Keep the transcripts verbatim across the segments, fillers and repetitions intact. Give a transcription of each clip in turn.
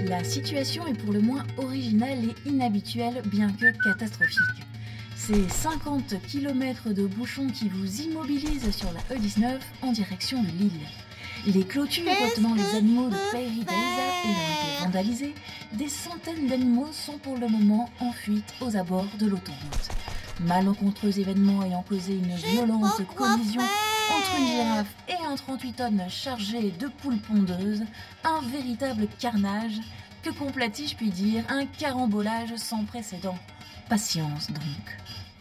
La situation est pour le moins originale et inhabituelle, bien que catastrophique. C'est cinquante kilomètres de bouchons qui vous immobilisent sur la E dix-neuf en direction de Lille. Les clôtures retenant les animaux de Pairie d'Elsa ayant été vandalisées, des centaines d'animaux sont pour le moment en fuite aux abords de l'autoroute. Malencontreux événement ayant causé une violente collision entre une girafe et un trente-huit tonnes chargé de poules pondeuses, un véritable carnage, que complète-t-il, je puis dire, un carambolage sans précédent. Patience donc.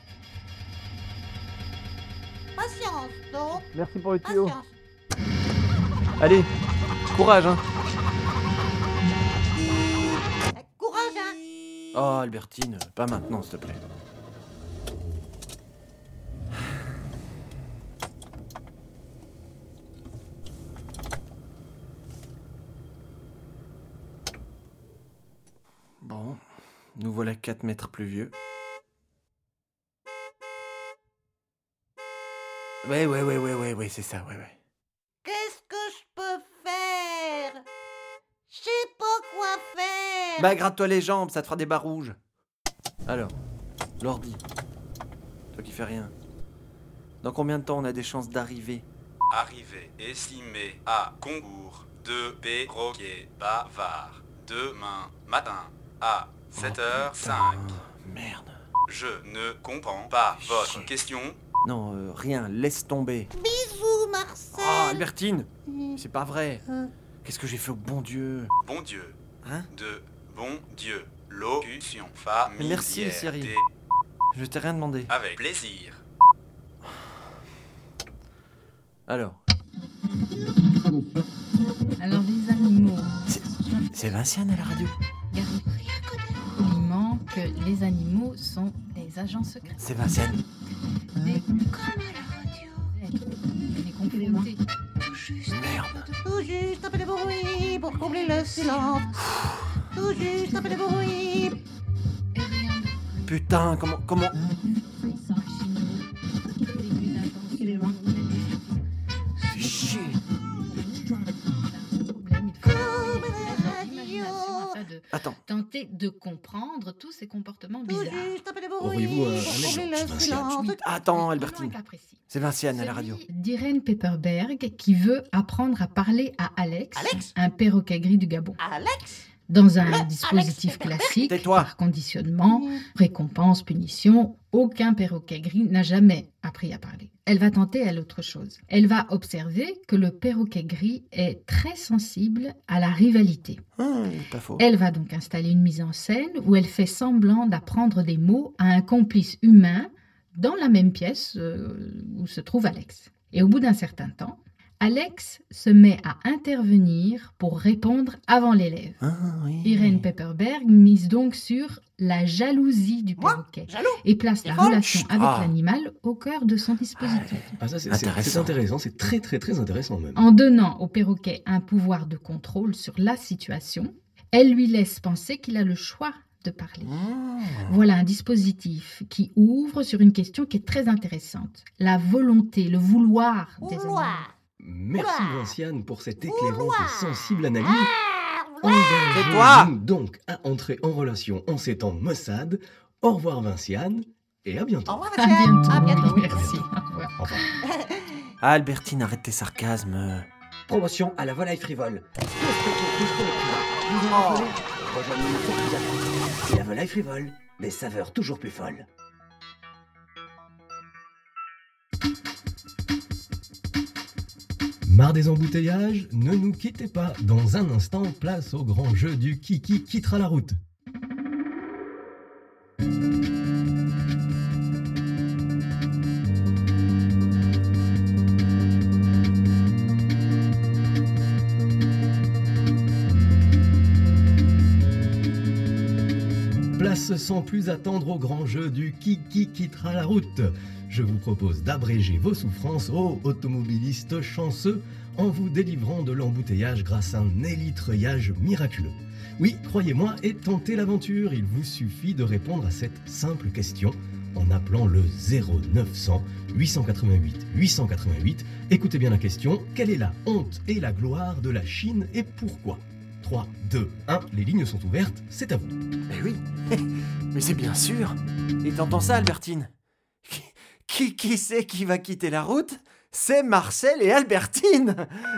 Patience donc. Merci pour le tuyau. Patience. Allez, courage hein. Euh, Courage hein. Oh Albertine, pas maintenant s'il te plaît. Bon, nous voilà quatre mètres plus vieux. Ouais, ouais, ouais, ouais, ouais, ouais, c'est ça, ouais, ouais. Qu'est-ce que je peux faire? Je sais pas quoi faire. Bah, gratte-toi les jambes, ça te fera des barres rouges. Alors, l'ordi. Toi qui fais rien. Dans combien de temps on a des chances d'arriver? Arrivée estimée à concours de perroquets bavards demain matin à sept heures cinq. Oh, merde. Je ne comprends pas votre Chier. question. Non, euh, rien, laisse tomber. Bisous Marcel. Oh, Albertine, Mmh. c'est pas vrai. Hein. Qu'est-ce que j'ai fait au bon Dieu? Bon Dieu, Hein? de bon Dieu, locution familière. Merci, Siri. des- Je t'ai rien demandé. Avec plaisir. Alors, Alors les animaux, c'est Vinciane à la radio? Gary poliment que les animaux sont des agents secrets. C'est Vinciane. Des... Comme à la radio. Des confrontés. Merde. Tout juste un peu de bruit pour combler le silence. Tout juste un peu de bruit. Et rien de plus. Putain, comment, comment... Fais chier. Attends, Tenter de comprendre tous ces comportements Tout bizarres. juste un peu de bruit Auriez-vous un- pour un combler exemple, le Vinciane silence. attends, Un Albertine. cas précis. C'est Vinciane à la radio. Celui d'Irène Pepperberg qui veut apprendre à parler à Alex, Alex un perroquet gris du Gabon. Alex. Dans un Le dispositif Alex Pepperberg. classique, Tais-toi. par conditionnement, récompense, punition, aucun perroquet gris n'a jamais appris à parler. Elle va tenter, elle, autre chose. Elle va observer que le perroquet gris est très sensible à la rivalité. Hum, pas faux. Elle va donc installer une mise en scène où elle fait semblant d'apprendre des mots à un complice humain dans la même pièce euh, où se trouve Alex. Et au bout d'un certain temps, Alex se met à intervenir pour répondre avant l'élève. Ah, oui. Irène Pepperberg mise donc sur la jalousie du Moi perroquet Jaloux. et place la Oh, relation chut, avec ah. l'animal au cœur de son dispositif. Ah ça c'est c'est- Intéressant. c'est intéressant, c'est très très très intéressant même. En donnant au perroquet un pouvoir de contrôle sur la situation, elle lui laisse penser qu'il a le choix de parler. Mmh. Voilà un dispositif qui ouvre sur une question qui est très intéressante. La volonté, le vouloir des animaux. Vouloir. Merci Oula. Vinciane pour cette éclairante Oula. et sensible analyse. Ah, ouais. Tais-toi. Engageons-nous donc à entrer en relation en ces temps maussades. Au revoir Vinciane et à bientôt. Au revoir À Marcel. bientôt. À bientôt. Merci. Au revoir. Enfin, Ah, Albertine, arrête tes sarcasmes. Promotion à la volaille frivole. Deux spectacles collectifs. Vous en rappelez Rejoignez-nous sur Twitter. Et la volaille frivole, des saveurs toujours plus folles. marre des embouteillages? Ne nous quittez pas. Dans un instant, place au grand jeu du qui qui quittera la route. Place sans plus attendre au grand jeu du qui qui quittera la route. Je vous propose d'abréger vos souffrances, ô automobilistes chanceux, en vous délivrant de l'embouteillage grâce à un élitreuillage miraculeux. Oui, croyez-moi, et tentez l'aventure, il vous suffit de répondre à cette simple question en appelant le zéro neuf cents huit cent quatre-vingt-huit huit cent quatre-vingt-huit. Écoutez bien la question, quelle est la honte et la gloire de la Chine et pourquoi ? trois, deux, un, les lignes sont ouvertes, c'est à vous. Mais oui, mais c'est bien sûr. Et t'entends ça, Albertine? Qui, qui, qui c'est qui va quitter la route? C'est Marcel et Albertine.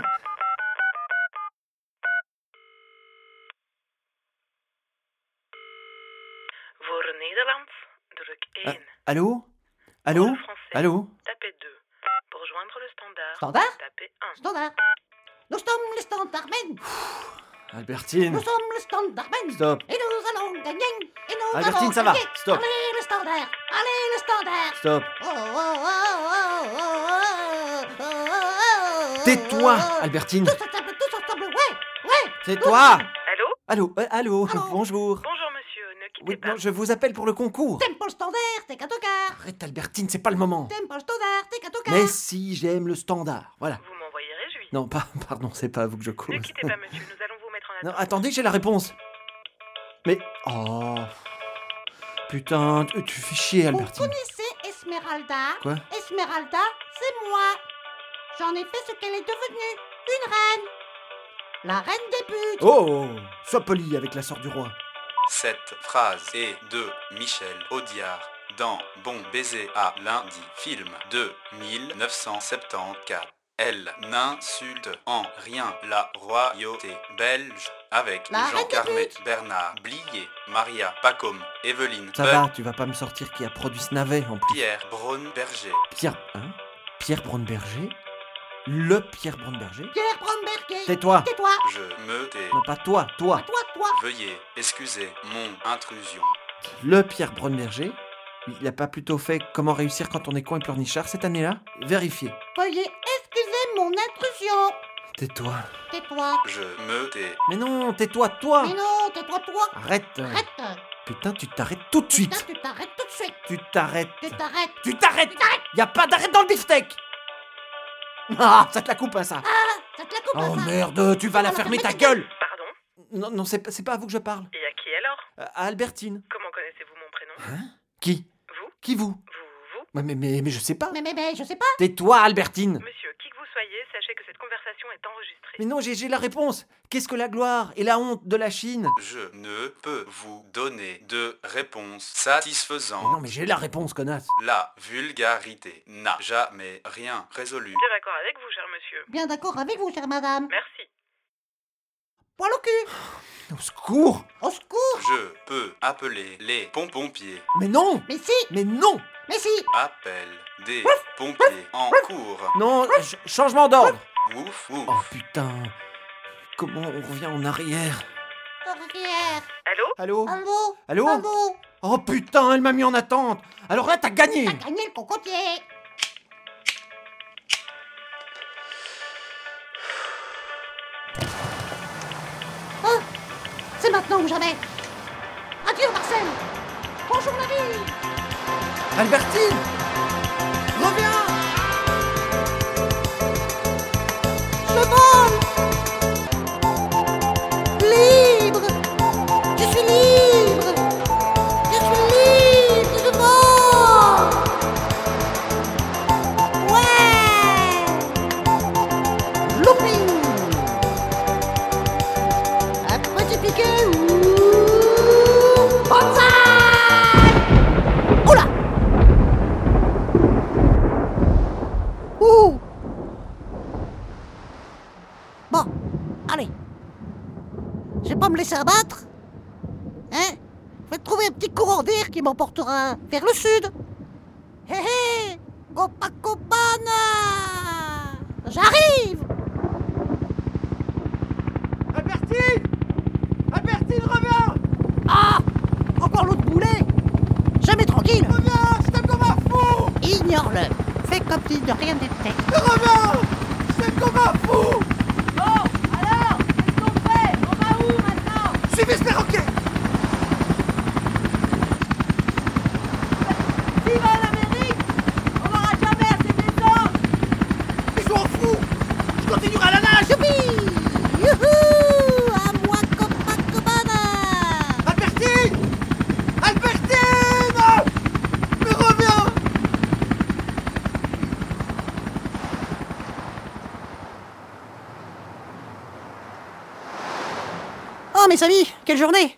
Voor Nederlands, druk Ah, één. allô? Allô? Pour le français, Allô? tapez deux. Pour joindre le standard, Standard tapez un. Standard. Nous sommes les standardmen. Albertine. Nous sommes les standardmen. Stop. Et nous allons gagner. Et nous Albertine, allons ça va. gagner. Stop. Allez, le standard. Allez, le standard. Stop. Oh, oh, oh, oh, oh, oh, oh, Tais-toi, oh. Albertine. Tous ensemble, tous ensemble, ouais, ouais. Tais-toi. Allô? Allô, euh, allô, Allô. bonjour. Bonjour monsieur, ne quittez Oui, pas. non, je vous appelle pour le concours. T'aimes pas le standard, t'es qu'à ton quart. Arrête, Albertine, c'est pas le moment. T'aimes pas le standard, t'es qu'à ton quart. Mais si, j'aime le standard. Voilà. Vous m'envoyez réjoui. Non, pas, pardon, c'est pas à vous que je Ne cause. quittez pas monsieur, nous allons vous mettre en Non, attente. attendez, j'ai la réponse. Mais. Oh. Putain, tu, tu fais chier, Vous Albertine. connaissez Esmeralda? Quoi? Esmeralda, c'est moi. J'en ai fait ce qu'elle est devenue, une reine. La reine des putes. Oh, sois poli avec la sœur du roi. Cette phrase est de Michel Audiard dans Bon baiser à lundi, film de mille neuf cent soixante-quatorze. Elle n'insulte en rien la royauté belge avec La Jean reine des Carmet, putes. Bernard Blier, Maria Pacôme, Evelyne Ça Beuk, va, tu vas pas me sortir qui a produit ce navet en plus. Pierre Braunberger. Pierre. Hein? Pierre Braunberger? Le Pierre Braunberger? Pierre Bromberger. Tais-toi. Tais-toi. Je me tais. Non, pas toi, toi. Toi, toi. Veuillez excuser mon intrusion. Le Pierre Braunberger? Il a pas plutôt fait Comment réussir quand on est con et pleurnichard cette année-là? Vérifiez. Veuillez excuser mon intrusion. Tais-toi. Tais-toi. Je me tais. Mais non, tais-toi, toi. Mais non, tais-toi, toi. Arrête. Arrête. Putain, tu t'arrêtes tout de Putain, suite. tu t'arrêtes tout de suite. Tu t'arrêtes. Tu t'arrêtes. Tu t'arrêtes. Tu t'arrêtes. Y a pas d'arrêt dans le beefsteak. Ah, ça te la coupe, hein, ça. Ah, ça te la coupe, Oh ça. merde, tu vas la Alors, fermer ta fermez ta gueule. Pardon? Non, non, c'est pas- c'est pas à vous que je parle. Et à qui alors? Euh, À Albertine. Comment connaissez-vous mon prénom? Hein? Qui? Vous? Qui vous? Vous, vous? Ouais, mais, mais, mais je sais pas. Mais, mais, mais, je sais pas. Tais-toi, Albertine. Monsieur, qui que vous soyez, sachez que cette conversation est enregistrée. Mais non, j'ai j'ai la réponse. Qu'est-ce que la gloire et la honte de la Chine? Je ne peux vous donner de réponse Mais non, satisfaisante. mais j'ai la réponse, connasse. La vulgarité n'a jamais rien résolu. Bien d'accord avec vous, cher monsieur. Bien d'accord avec vous, chère madame. Merci. Poil au cul. Au secours. Au secours. Je peux appeler les pompiers. Mais non. Mais si. Mais non. Mais si. Appelle des pompiers en cours. Non, ch- changement d'ordre. Ouf, ouf. Oh putain. Comment on revient en arrière? Arrière. Allô? Allô? Allô. Allô? Allô. Oh putain, elle m'a mis en attente. Alors là, t'as gagné. T'as gagné le cocotier. Oh, c'est maintenant ou jamais. Adieu, Marcel. Bonjour, la vie. Albertine, reviens. Je vole. Libre. Je suis libre. Je suis libre. Je vole. Ouais. Looping. Un petit piqué. Ouh. Banzai. Oula. Ouh. Bon, allez. Je vais pas me laisser abattre. Hein? Je vais trouver un petit courant d'air qui m'emportera vers le sud. Hé hé! Copacabana! J'arrive! Albertine. Albertine, reviens. Ah! Encore l'autre boulet! Jamais tranquille! Reviens, je t'aime comme un fou. Ignore-le! Fais comme si de rien n'était. Reviens, je t'aime comme un fou. Suivez ce perroquet. Mais je m'en fous. Je continuerai à la nage. Youpi! Youhou! À moi Copacabana! Albertine. Albertine. Mais reviens. Oh mes amis, quelle journée!